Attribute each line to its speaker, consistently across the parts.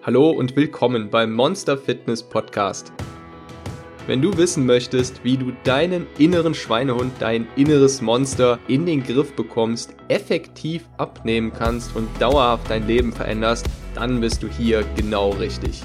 Speaker 1: Hallo und willkommen beim Monster Fitness Podcast. Wenn du wissen möchtest, wie du deinen inneren Schweinehund, dein inneres Monster in den Griff bekommst, effektiv abnehmen kannst und dauerhaft dein Leben veränderst, dann bist du hier genau richtig.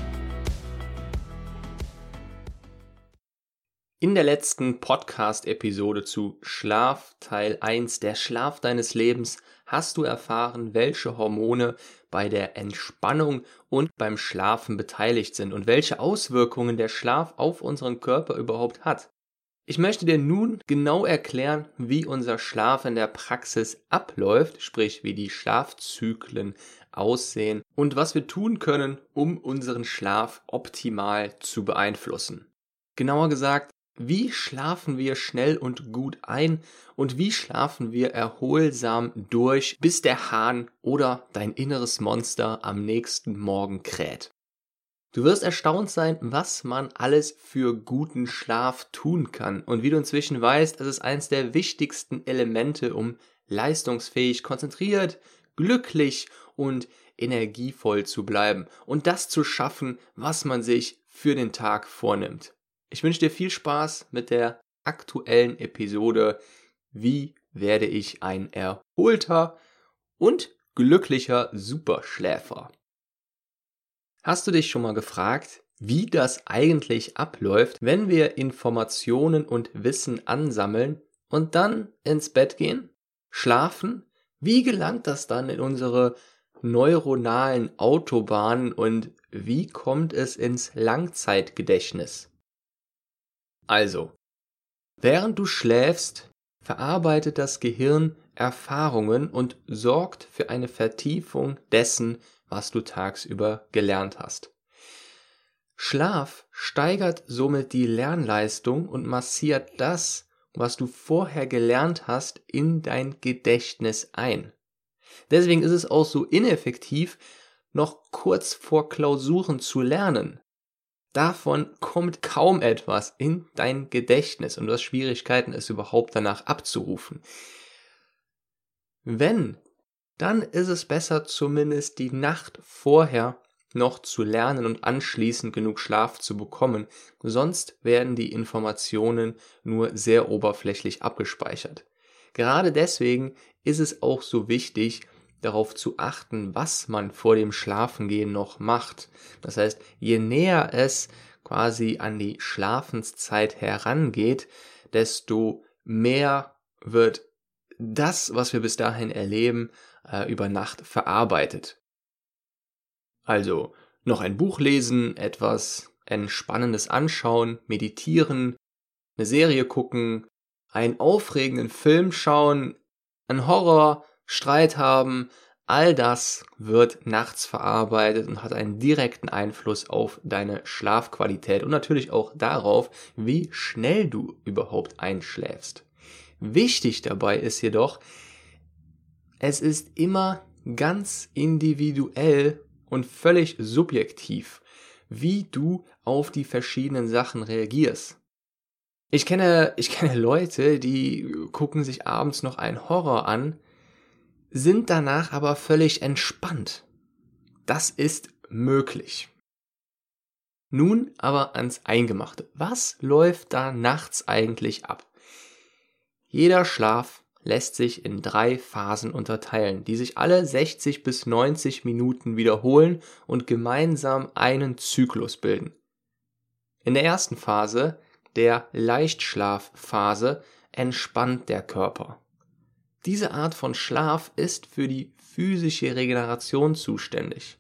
Speaker 1: In der letzten Podcast-Episode zu Schlaf Teil 1, der Schlaf deines Lebens, hast du erfahren, welche Hormone bei der Entspannung und beim Schlafen beteiligt sind und welche Auswirkungen der Schlaf auf unseren Körper überhaupt hat. Ich möchte dir nun genau erklären, wie unser Schlaf in der Praxis abläuft, sprich wie die Schlafzyklen aussehen und was wir tun können, um unseren Schlaf optimal zu beeinflussen. Genauer gesagt, wie schlafen wir schnell und gut ein und wie schlafen wir erholsam durch, bis der Hahn oder dein inneres Monster am nächsten Morgen kräht. Du wirst erstaunt sein, was man alles für guten Schlaf tun kann. Und wie du inzwischen weißt, es ist eines der wichtigsten Elemente, um leistungsfähig, konzentriert, glücklich und energievoll zu bleiben und das zu schaffen, was man sich für den Tag vornimmt. Ich wünsche dir viel Spaß mit der aktuellen Episode. Wie werde ich ein erholter und glücklicher Superschläfer? Hast du dich schon mal gefragt, wie das eigentlich abläuft, wenn wir Informationen und Wissen ansammeln und dann ins Bett gehen, schlafen? Wie gelangt das dann in unsere neuronalen Autobahnen und wie kommt es ins Langzeitgedächtnis? Also, während du schläfst, verarbeitet das Gehirn Erfahrungen und sorgt für eine Vertiefung dessen, was du tagsüber gelernt hast. Schlaf steigert somit die Lernleistung und massiert das, was du vorher gelernt hast, in dein Gedächtnis ein. Deswegen ist es auch so ineffektiv, noch kurz vor Klausuren zu lernen. Davon kommt kaum etwas in dein Gedächtnis und du hast Schwierigkeiten, es überhaupt danach abzurufen. Wenn, dann ist es besser, zumindest die Nacht vorher noch zu lernen und anschließend genug Schlaf zu bekommen, sonst werden die Informationen nur sehr oberflächlich abgespeichert. Gerade deswegen ist es auch so wichtig, darauf zu achten, was man vor dem Schlafengehen noch macht. Das heißt, je näher es quasi an die Schlafenszeit herangeht, desto mehr wird das, was wir bis dahin erleben, über Nacht verarbeitet. Also noch ein Buch lesen, etwas Entspannendes anschauen, meditieren, eine Serie gucken, einen aufregenden Film schauen, einen Horror, Streit haben, all das wird nachts verarbeitet und hat einen direkten Einfluss auf deine Schlafqualität und natürlich auch darauf, wie schnell du überhaupt einschläfst. Wichtig dabei ist jedoch, es ist immer ganz individuell und völlig subjektiv, wie du auf die verschiedenen Sachen reagierst. Ich kenne Leute, die gucken sich abends noch einen Horror an, sind danach aber völlig entspannt. Das ist möglich. Nun aber ans Eingemachte. Was läuft da nachts eigentlich ab? Jeder Schlaf lässt sich in 3 Phasen unterteilen, die sich alle 60 bis 90 Minuten wiederholen und gemeinsam einen Zyklus bilden. In der ersten Phase, der Leichtschlafphase, entspannt der Körper. Diese Art von Schlaf ist für die physische Regeneration zuständig.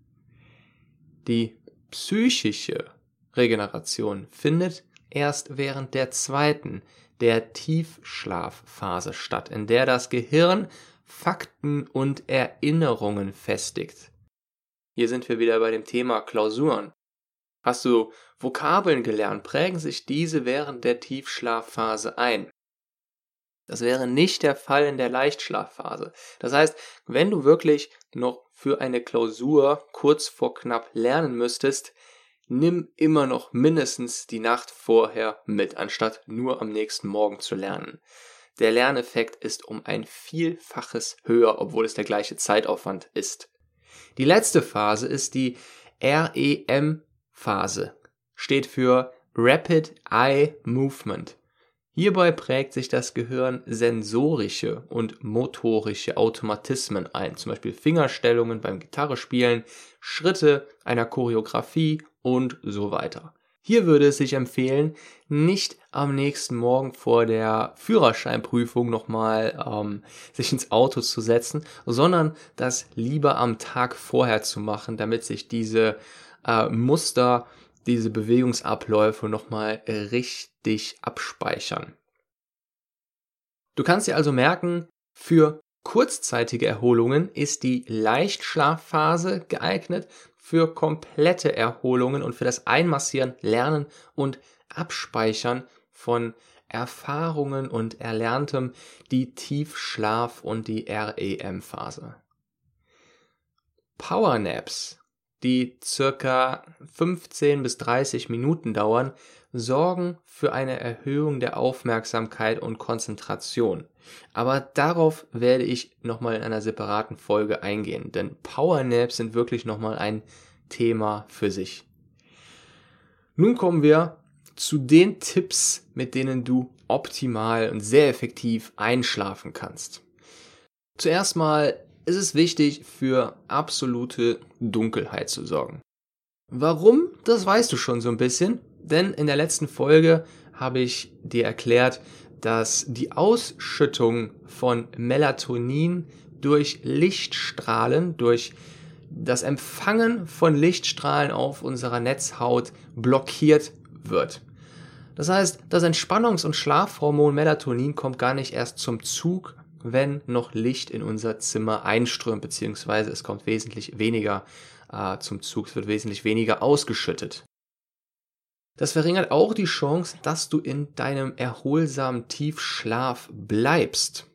Speaker 1: Die psychische Regeneration findet erst während der zweiten, der Tiefschlafphase statt, in der das Gehirn Fakten und Erinnerungen festigt. Hier sind wir wieder bei dem Thema Klausuren. Hast du Vokabeln gelernt, prägen sich diese während der Tiefschlafphase ein. Das wäre nicht der Fall in der Leichtschlafphase. Das heißt, wenn du wirklich noch für eine Klausur kurz vor knapp lernen müsstest, nimm immer noch mindestens die Nacht vorher mit, anstatt nur am nächsten Morgen zu lernen. Der Lerneffekt ist um ein Vielfaches höher, obwohl es der gleiche Zeitaufwand ist. Die letzte Phase ist die REM-Phase steht für Rapid Eye Movement. Hierbei prägt sich das Gehirn sensorische und motorische Automatismen ein, zum Beispiel Fingerstellungen beim Gitarrespielen, Schritte einer Choreografie und so weiter. Hier würde es sich empfehlen, nicht am nächsten Morgen vor der Führerscheinprüfung nochmal sich ins Auto zu setzen, sondern das lieber am Tag vorher zu machen, damit sich diese Muster, diese Bewegungsabläufe nochmal richtig abspeichern. Du kannst dir also merken, für kurzzeitige Erholungen ist die Leichtschlafphase geeignet, für komplette Erholungen und für das Einmassieren, Lernen und Abspeichern von Erfahrungen und Erlerntem die Tiefschlaf- und die REM-Phase. Powernaps, die circa 15 bis 30 Minuten dauern, sorgen für eine Erhöhung der Aufmerksamkeit und Konzentration. Aber darauf werde ich nochmal in einer separaten Folge eingehen, denn Powernaps sind wirklich nochmal ein Thema für sich. Nun kommen wir zu den Tipps, mit denen du optimal und sehr effektiv einschlafen kannst. Zuerst mal ist es wichtig, für absolute Dunkelheit zu sorgen. Warum? Das weißt du schon so ein bisschen, denn in der letzten Folge habe ich dir erklärt, dass die Ausschüttung von Melatonin durch Lichtstrahlen, durch das Empfangen von Lichtstrahlen auf unserer Netzhaut blockiert wird. Das heißt, das Entspannungs- und Schlafhormon Melatonin kommt gar nicht erst zum Zug, wenn noch Licht in unser Zimmer einströmt, beziehungsweise es kommt wesentlich weniger zum Zug, es wird wesentlich weniger ausgeschüttet. Das verringert auch die Chance, dass du in deinem erholsamen Tiefschlaf bleibst.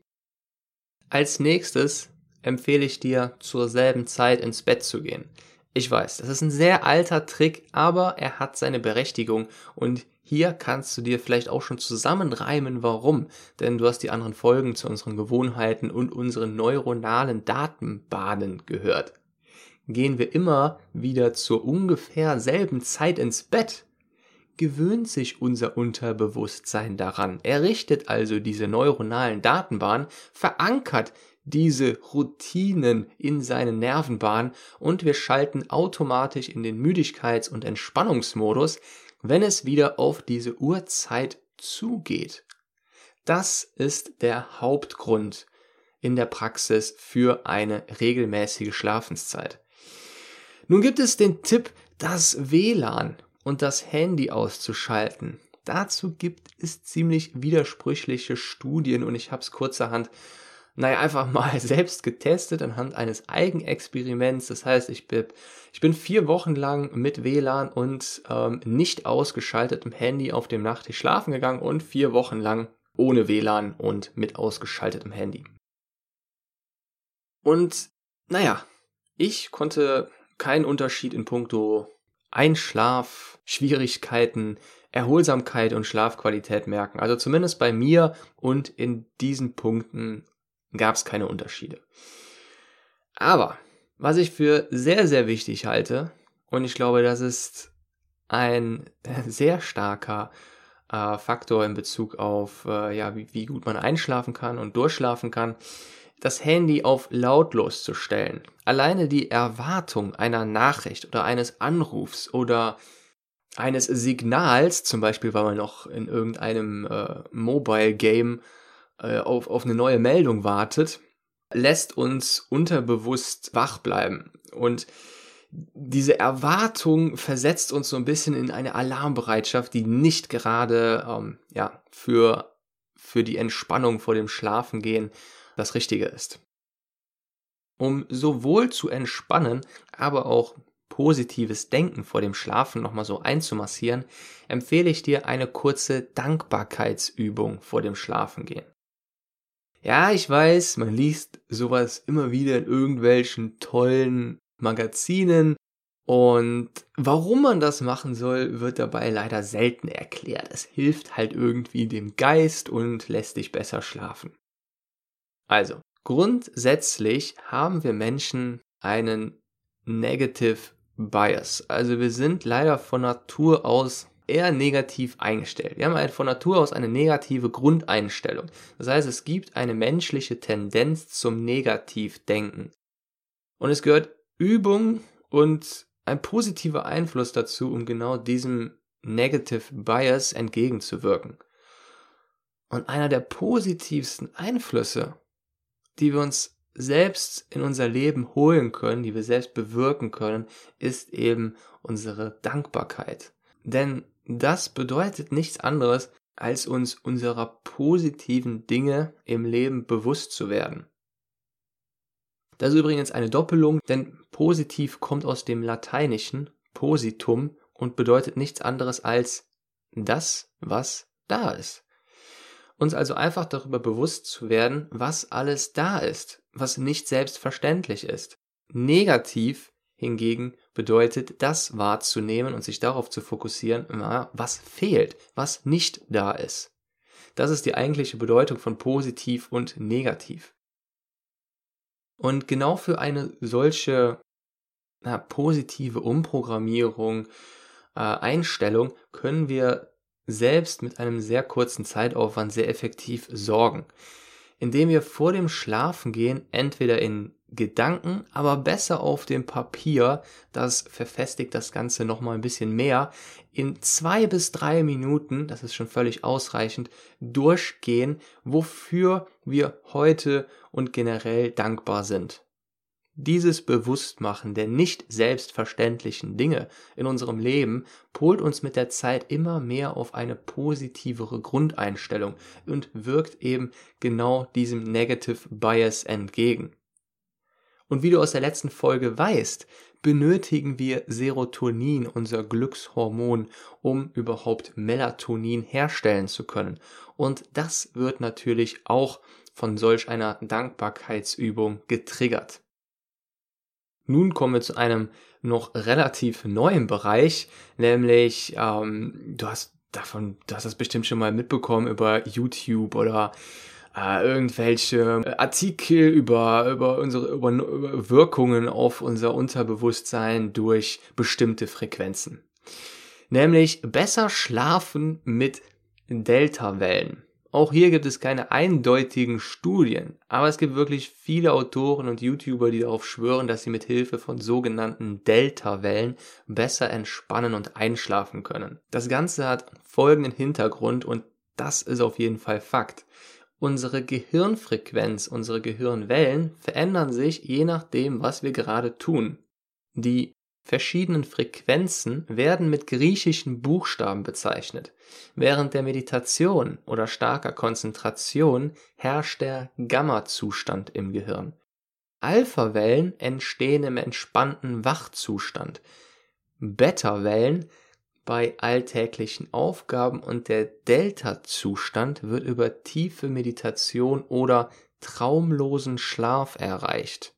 Speaker 1: Als nächstes empfehle ich dir, zur selben Zeit ins Bett zu gehen. Ich weiß, das ist ein sehr alter Trick, aber er hat seine Berechtigung und hier kannst du dir vielleicht auch schon zusammenreimen, warum, denn du hast die anderen Folgen zu unseren Gewohnheiten und unseren neuronalen Datenbahnen gehört. Gehen wir immer wieder zur ungefähr selben Zeit ins Bett, gewöhnt sich unser Unterbewusstsein daran. Er richtet also diese neuronalen Datenbahnen, verankert diese Routinen in seinen Nervenbahnen und wir schalten automatisch in den Müdigkeits- und Entspannungsmodus, wenn es wieder auf diese Uhrzeit zugeht. Das ist der Hauptgrund in der Praxis für eine regelmäßige Schlafenszeit. Nun gibt es den Tipp, das WLAN und das Handy auszuschalten. Dazu gibt es ziemlich widersprüchliche Studien und ich habe es kurzerhand einfach mal selbst getestet anhand eines Eigenexperiments. Das heißt, ich bin 4 Wochen lang mit WLAN und nicht ausgeschaltetem Handy auf dem Nachttisch schlafen gegangen und 4 Wochen lang ohne WLAN und mit ausgeschaltetem Handy. Und ich konnte keinen Unterschied in puncto Einschlaf, Schwierigkeiten, Erholsamkeit und Schlafqualität merken. Also zumindest bei mir und in diesen Punkten gab es keine Unterschiede. Aber was ich für sehr, sehr wichtig halte, und ich glaube, das ist ein sehr starker Faktor in Bezug auf wie gut man einschlafen kann und durchschlafen kann, das Handy auf lautlos zu stellen. Alleine die Erwartung einer Nachricht oder eines Anrufs oder eines Signals, zum Beispiel, weil man noch in irgendeinem Mobile Game auf eine neue Meldung wartet, lässt uns unterbewusst wach bleiben. Und diese Erwartung versetzt uns so ein bisschen in eine Alarmbereitschaft, die nicht gerade für die Entspannung vor dem Schlafengehen das Richtige ist. Um sowohl zu entspannen, aber auch positives Denken vor dem Schlafen nochmal so einzumassieren, empfehle ich dir eine kurze Dankbarkeitsübung vor dem Schlafengehen. Ja, ich weiß, man liest sowas immer wieder in irgendwelchen tollen Magazinen und warum man das machen soll, wird dabei leider selten erklärt. Es hilft halt irgendwie dem Geist und lässt dich besser schlafen. Also, grundsätzlich haben wir Menschen einen Negative Bias. Also wir sind leider von Natur aus eher negativ eingestellt. Wir haben von Natur aus eine negative Grundeinstellung. Das heißt, es gibt eine menschliche Tendenz zum Negativdenken. Und es gehört Übung und ein positiver Einfluss dazu, um genau diesem Negative Bias entgegenzuwirken. Und einer der positivsten Einflüsse, die wir uns selbst in unser Leben holen können, die wir selbst bewirken können, ist eben unsere Dankbarkeit. Denn das bedeutet nichts anderes, als uns unserer positiven Dinge im Leben bewusst zu werden. Das ist übrigens eine Doppelung, denn positiv kommt aus dem Lateinischen positum und bedeutet nichts anderes als das, was da ist. Uns also einfach darüber bewusst zu werden, was alles da ist, was nicht selbstverständlich ist. Negativ hingegen bedeutet, das wahrzunehmen und sich darauf zu fokussieren, was fehlt, was nicht da ist. Das ist die eigentliche Bedeutung von positiv und negativ. Und genau für eine solche positive Umprogrammierung, Einstellung können wir selbst mit einem sehr kurzen Zeitaufwand sehr effektiv sorgen, indem wir vor dem Schlafengehen entweder in Gedanken, aber besser auf dem Papier, das verfestigt das Ganze nochmal ein bisschen mehr, in 2 bis 3 Minuten, das ist schon völlig ausreichend, durchgehen, wofür wir heute und generell dankbar sind. Dieses Bewusstmachen der nicht selbstverständlichen Dinge in unserem Leben polt uns mit der Zeit immer mehr auf eine positivere Grundeinstellung und wirkt eben genau diesem Negative Bias entgegen. Und wie du aus der letzten Folge weißt, benötigen wir Serotonin, unser Glückshormon, um überhaupt Melatonin herstellen zu können. Und das wird natürlich auch von solch einer Dankbarkeitsübung getriggert. Nun kommen wir zu einem noch relativ neuen Bereich, nämlich du hast das bestimmt schon mal mitbekommen über YouTube oder irgendwelche Artikel über Wirkungen auf unser Unterbewusstsein durch bestimmte Frequenzen. Nämlich besser schlafen mit Deltawellen. Auch hier gibt es keine eindeutigen Studien, aber es gibt wirklich viele Autoren und YouTuber, die darauf schwören, dass sie mit Hilfe von sogenannten Deltawellen besser entspannen und einschlafen können. Das Ganze hat folgenden Hintergrund und das ist auf jeden Fall Fakt. Unsere Gehirnfrequenz, unsere Gehirnwellen verändern sich je nachdem, was wir gerade tun. Die verschiedenen Frequenzen werden mit griechischen Buchstaben bezeichnet. Während der Meditation oder starker Konzentration herrscht der Gamma-Zustand im Gehirn. Alpha-Wellen entstehen im entspannten Wachzustand. Beta-Wellen bei alltäglichen Aufgaben und der Delta-Zustand wird über tiefe Meditation oder traumlosen Schlaf erreicht.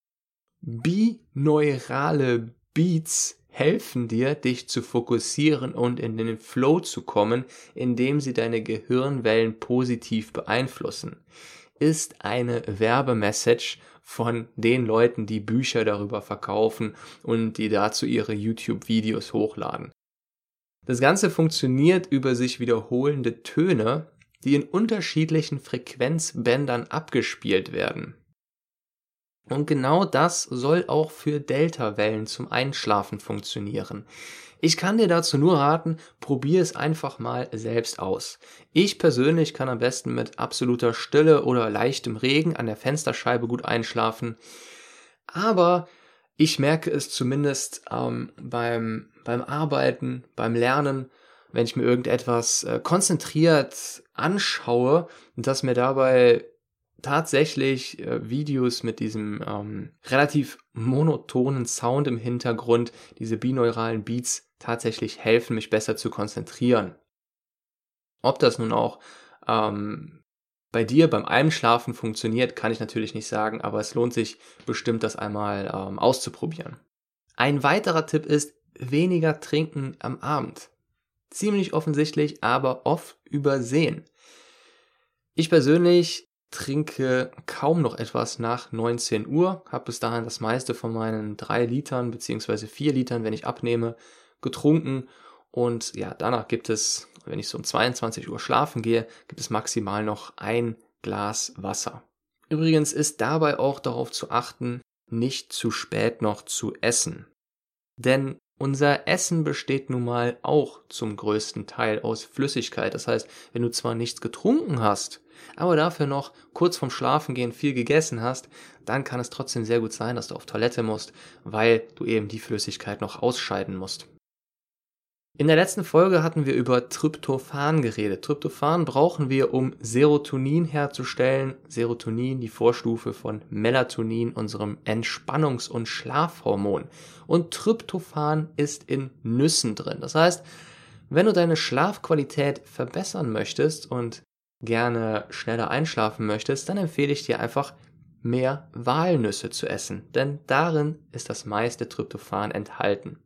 Speaker 1: Bineurale Beats helfen dir, dich zu fokussieren und in den Flow zu kommen, indem sie deine Gehirnwellen positiv beeinflussen. Ist eine Werbemessage von den Leuten, die Bücher darüber verkaufen und die dazu ihre YouTube-Videos hochladen. Das Ganze funktioniert über sich wiederholende Töne, die in unterschiedlichen Frequenzbändern abgespielt werden. Und genau das soll auch für Deltawellen zum Einschlafen funktionieren. Ich kann dir dazu nur raten, probier es einfach mal selbst aus. Ich persönlich kann am besten mit absoluter Stille oder leichtem Regen an der Fensterscheibe gut einschlafen. Aber ich merke es zumindest beim Arbeiten, beim Lernen, wenn ich mir irgendetwas konzentriert anschaue, dass mir dabei tatsächlich Videos mit diesem relativ monotonen Sound im Hintergrund, diese binauralen Beats, tatsächlich helfen, mich besser zu konzentrieren. Ob das nun auch bei dir beim Einschlafen funktioniert, kann ich natürlich nicht sagen, aber es lohnt sich bestimmt, das einmal auszuprobieren. Ein weiterer Tipp ist, weniger trinken am Abend. Ziemlich offensichtlich, aber oft übersehen. Ich persönlich trinke kaum noch etwas nach 19 Uhr, habe bis dahin das meiste von meinen 3 Litern bzw. 4 Litern, wenn ich abnehme, getrunken. Und ja, danach gibt es, wenn ich so um 22 Uhr schlafen gehe, gibt es maximal noch ein Glas Wasser. Übrigens ist dabei auch darauf zu achten, nicht zu spät noch zu essen. Denn unser Essen besteht nun mal auch zum größten Teil aus Flüssigkeit. Das heißt, wenn du zwar nichts getrunken hast, aber dafür noch kurz vorm Schlafengehen viel gegessen hast, dann kann es trotzdem sehr gut sein, dass du auf Toilette musst, weil du eben die Flüssigkeit noch ausscheiden musst. In der letzten Folge hatten wir über Tryptophan geredet. Tryptophan brauchen wir, um Serotonin herzustellen. Serotonin, die Vorstufe von Melatonin, unserem Entspannungs- und Schlafhormon. Und Tryptophan ist in Nüssen drin. Das heißt, wenn du deine Schlafqualität verbessern möchtest und gerne schneller einschlafen möchtest, dann empfehle ich dir einfach, mehr Walnüsse zu essen. Denn darin ist das meiste Tryptophan enthalten.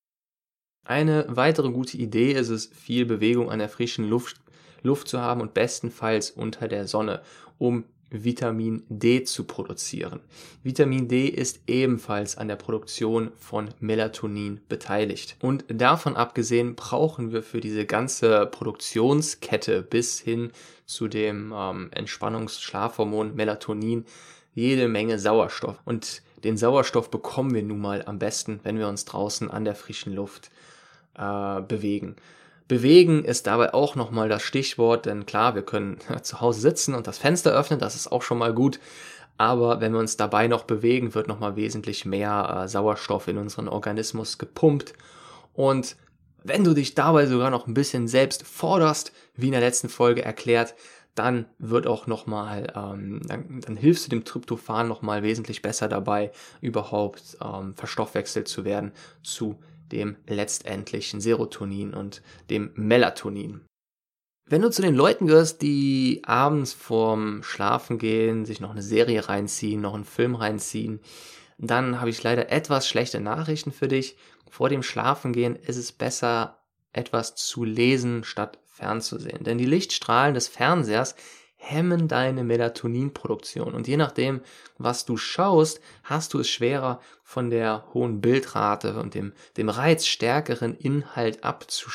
Speaker 1: Eine weitere gute Idee ist es, viel Bewegung an der frischen Luft zu haben und bestenfalls unter der Sonne, um Vitamin D zu produzieren. Vitamin D ist ebenfalls an der Produktion von Melatonin beteiligt. Und davon abgesehen brauchen wir für diese ganze Produktionskette bis hin zu dem Entspannungs-Schlafhormon Melatonin jede Menge Sauerstoff. Und den Sauerstoff bekommen wir nun mal am besten, wenn wir uns draußen an der frischen Luft bewegen. Bewegen ist dabei auch nochmal das Stichwort, denn klar, wir können zu Hause sitzen und das Fenster öffnen, das ist auch schon mal gut, aber wenn wir uns dabei noch bewegen, wird nochmal wesentlich mehr Sauerstoff in unseren Organismus gepumpt. Und wenn du dich dabei sogar noch ein bisschen selbst forderst, wie in der letzten Folge erklärt, dann wird auch nochmal, dann hilfst du dem Tryptophan nochmal wesentlich besser dabei, überhaupt verstoffwechselt zu werden zu dem letztendlichen Serotonin und dem Melatonin. Wenn du zu den Leuten gehörst, die abends vorm Schlafengehen sich noch eine Serie reinziehen, noch einen Film reinziehen, dann habe ich leider etwas schlechte Nachrichten für dich. Vor dem Schlafengehen ist es besser, etwas zu lesen, statt fernzusehen. Denn die Lichtstrahlen des Fernsehers hemmen deine Melatoninproduktion. Und je nachdem, was du schaust, hast du es schwerer, von der hohen Bildrate und dem reizstärkeren Inhalt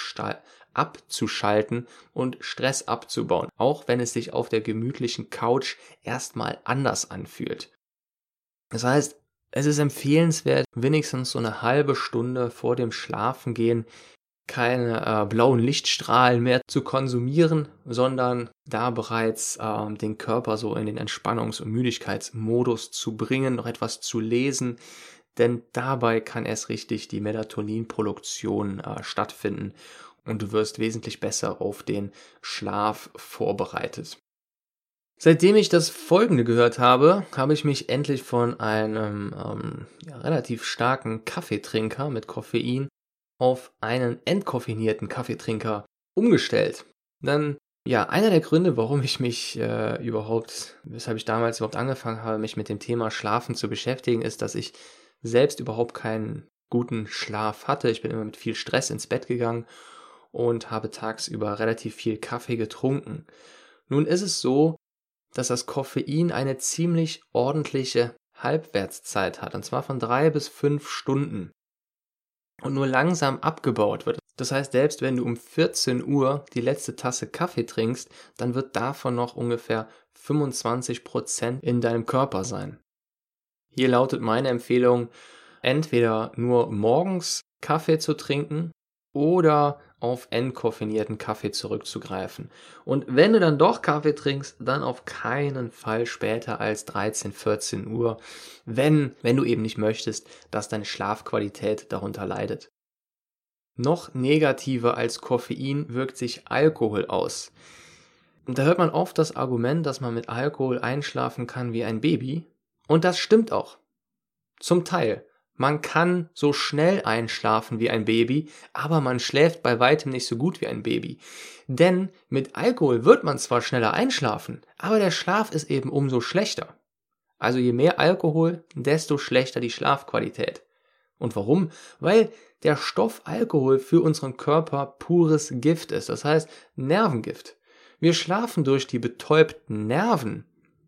Speaker 1: abzuschalten und Stress abzubauen. Auch wenn es sich auf der gemütlichen Couch erstmal anders anfühlt. Das heißt, es ist empfehlenswert, wenigstens so eine halbe Stunde vor dem Schlafengehen keine blauen Lichtstrahlen mehr zu konsumieren, sondern da bereits den Körper so in den Entspannungs- und Müdigkeitsmodus zu bringen, noch etwas zu lesen, denn dabei kann erst richtig die Melatoninproduktion stattfinden und du wirst wesentlich besser auf den Schlaf vorbereitet. Seitdem ich das Folgende gehört habe, habe ich mich endlich von einem relativ starken Kaffeetrinker mit Koffein auf einen entkoffinierten Kaffeetrinker umgestellt. Dann, ja, einer der Gründe, warum ich mich weshalb ich damals überhaupt angefangen habe, mich mit dem Thema Schlafen zu beschäftigen, ist, dass ich selbst überhaupt keinen guten Schlaf hatte. Ich bin immer mit viel Stress ins Bett gegangen und habe tagsüber relativ viel Kaffee getrunken. Nun ist es so, dass das Koffein eine ziemlich ordentliche Halbwertszeit hat, und zwar von 3 bis 5 Stunden. Und nur langsam abgebaut wird. Das heißt, selbst wenn du um 14 Uhr die letzte Tasse Kaffee trinkst, dann wird davon noch ungefähr 25% in deinem Körper sein. Hier lautet meine Empfehlung, entweder nur morgens Kaffee zu trinken oder auf entkoffinierten Kaffee zurückzugreifen. Und wenn du dann doch Kaffee trinkst, dann auf keinen Fall später als 13, 14 Uhr, wenn du eben nicht möchtest, dass deine Schlafqualität darunter leidet. Noch negativer als Koffein wirkt sich Alkohol aus. Und da hört man oft das Argument, dass man mit Alkohol einschlafen kann wie ein Baby. Und das stimmt auch. Zum Teil. Man kann so schnell einschlafen wie ein Baby, aber man schläft bei weitem nicht so gut wie ein Baby. Denn mit Alkohol wird man zwar schneller einschlafen, aber der Schlaf ist eben umso schlechter. Also je mehr Alkohol, desto schlechter die Schlafqualität. Und warum? Weil der Stoff Alkohol für unseren Körper pures Gift ist, das heißt Nervengift. Wir schlafen durch die betäubten Nerven,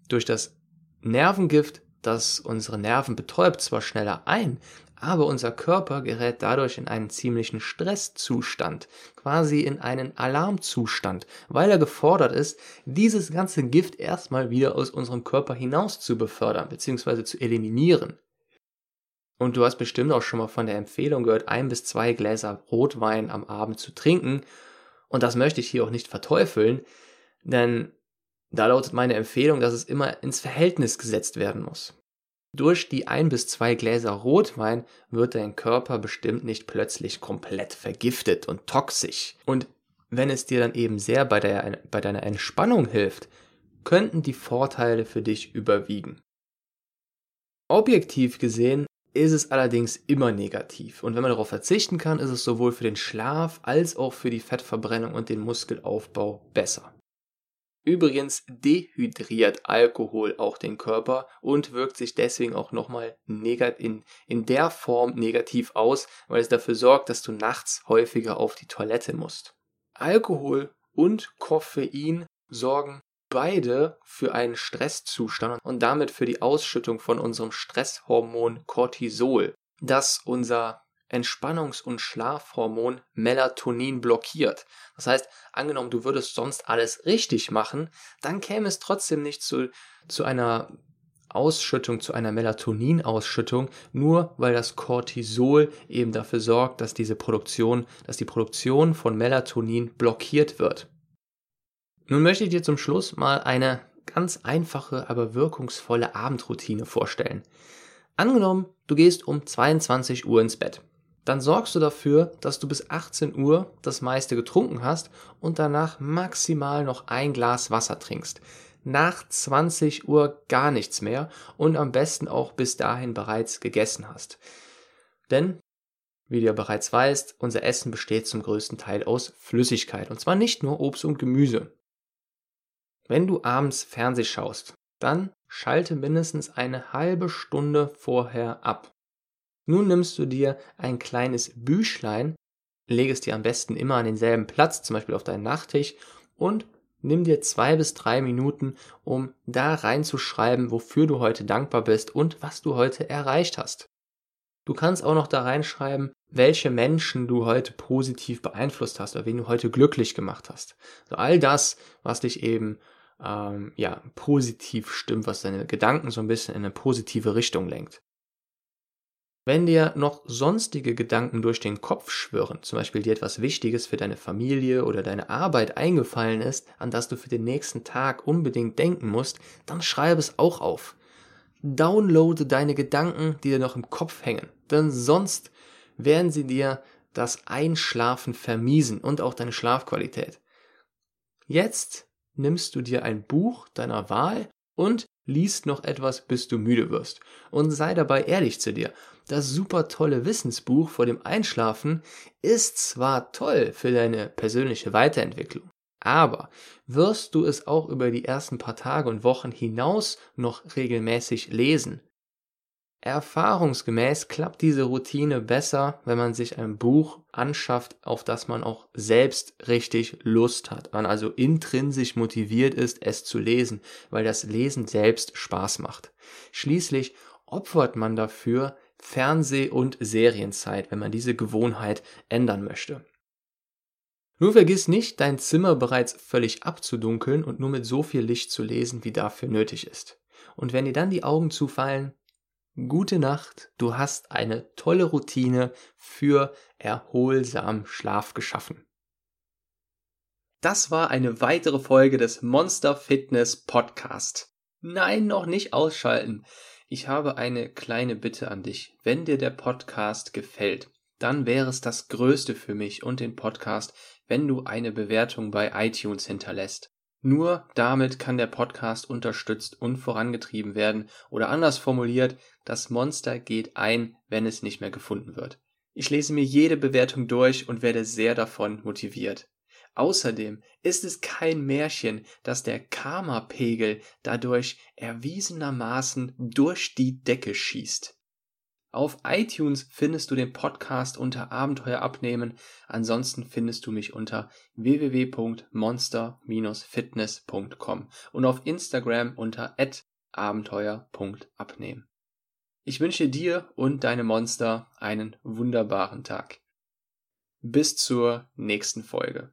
Speaker 1: durch das Nervengift, das unsere Nerven betäubt, zwar schneller ein, aber unser Körper gerät dadurch in einen ziemlichen Stresszustand, quasi in einen Alarmzustand, weil er gefordert ist, dieses ganze Gift erstmal wieder aus unserem Körper hinaus zu befördern bzw. zu eliminieren. Und du hast bestimmt auch schon mal von der Empfehlung gehört, 1 bis 2 Gläser Rotwein am Abend zu trinken. Und das möchte ich hier auch nicht verteufeln, denn da lautet meine Empfehlung, dass es immer ins Verhältnis gesetzt werden muss. Durch die 1 bis 2 Gläser Rotwein wird dein Körper bestimmt nicht plötzlich komplett vergiftet und toxisch. Und wenn es dir dann eben sehr bei deiner Entspannung hilft, könnten die Vorteile für dich überwiegen. Objektiv gesehen ist es allerdings immer negativ. Und wenn man darauf verzichten kann, ist es sowohl für den Schlaf als auch für die Fettverbrennung und den Muskelaufbau besser. Übrigens dehydriert Alkohol auch den Körper und wirkt sich deswegen auch nochmal in der Form negativ aus, weil es dafür sorgt, dass du nachts häufiger auf die Toilette musst. Alkohol und Koffein sorgen beide für einen Stresszustand und damit für die Ausschüttung von unserem Stresshormon Cortisol, das unser Entspannungs- und Schlafhormon Melatonin blockiert. Das heißt, angenommen, du würdest sonst alles richtig machen, dann käme es trotzdem nicht zu einer Ausschüttung, zu einer Melatoninausschüttung, nur weil das Cortisol eben dafür sorgt, dass die Produktion von Melatonin blockiert wird. Nun möchte ich dir zum Schluss mal eine ganz einfache, aber wirkungsvolle Abendroutine vorstellen. Angenommen, du gehst um 22 Uhr ins Bett. Dann sorgst du dafür, dass du bis 18 Uhr das meiste getrunken hast und danach maximal noch 1 Glas Wasser trinkst. Nach 20 Uhr gar nichts mehr und am besten auch bis dahin bereits gegessen hast. Denn, wie du ja bereits weißt, unser Essen besteht zum größten Teil aus Flüssigkeit und zwar nicht nur Obst und Gemüse. Wenn du abends Fernseh schaust, dann schalte mindestens eine halbe Stunde vorher ab. Nun nimmst du dir ein kleines Büchlein, lege es dir am besten immer an denselben Platz, zum Beispiel auf deinen Nachttisch, und nimm dir 2 bis 3 Minuten, um da reinzuschreiben, wofür du heute dankbar bist und was du heute erreicht hast. Du kannst auch noch da reinschreiben, welche Menschen du heute positiv beeinflusst hast oder wen du heute glücklich gemacht hast. Also all das, was dich eben positiv stimmt, was deine Gedanken so ein bisschen in eine positive Richtung lenkt. Wenn dir noch sonstige Gedanken durch den Kopf schwirren, zum Beispiel dir etwas Wichtiges für deine Familie oder deine Arbeit eingefallen ist, an das du für den nächsten Tag unbedingt denken musst, dann schreibe es auch auf. Downloade deine Gedanken, die dir noch im Kopf hängen, denn sonst werden sie dir das Einschlafen vermiesen und auch deine Schlafqualität. Jetzt nimmst du dir ein Buch deiner Wahl und liest noch etwas, bis du müde wirst. Und sei dabei ehrlich zu dir. Das super tolle Wissensbuch vor dem Einschlafen ist zwar toll für deine persönliche Weiterentwicklung, aber wirst du es auch über die ersten paar Tage und Wochen hinaus noch regelmäßig lesen? Erfahrungsgemäß klappt diese Routine besser, wenn man sich ein Buch anschafft, auf das man auch selbst richtig Lust hat. Man also intrinsisch motiviert ist, es zu lesen, weil das Lesen selbst Spaß macht. Schließlich opfert man dafür Fernseh- und Serienzeit, wenn man diese Gewohnheit ändern möchte. Nur vergiss nicht, dein Zimmer bereits völlig abzudunkeln und nur mit so viel Licht zu lesen, wie dafür nötig ist. Und wenn dir dann die Augen zufallen, gute Nacht, du hast eine tolle Routine für erholsamen Schlaf geschaffen. Das war eine weitere Folge des Monster Fitness Podcast. Nein, noch nicht ausschalten. Ich habe eine kleine Bitte an dich. Wenn dir der Podcast gefällt, dann wäre es das Größte für mich und den Podcast, wenn du eine Bewertung bei iTunes hinterlässt. Nur damit kann der Podcast unterstützt und vorangetrieben werden oder anders formuliert, das Monster geht ein, wenn es nicht mehr gefunden wird. Ich lese mir jede Bewertung durch und werde sehr davon motiviert. Außerdem ist es kein Märchen, dass der Karma-Pegel dadurch erwiesenermaßen durch die Decke schießt. Auf iTunes findest du den Podcast unter Abenteuer abnehmen. Ansonsten findest du mich unter www.monster-fitness.com und auf Instagram unter @abenteuer.abnehmen. Ich wünsche dir und deinem Monster einen wunderbaren Tag. Bis zur nächsten Folge.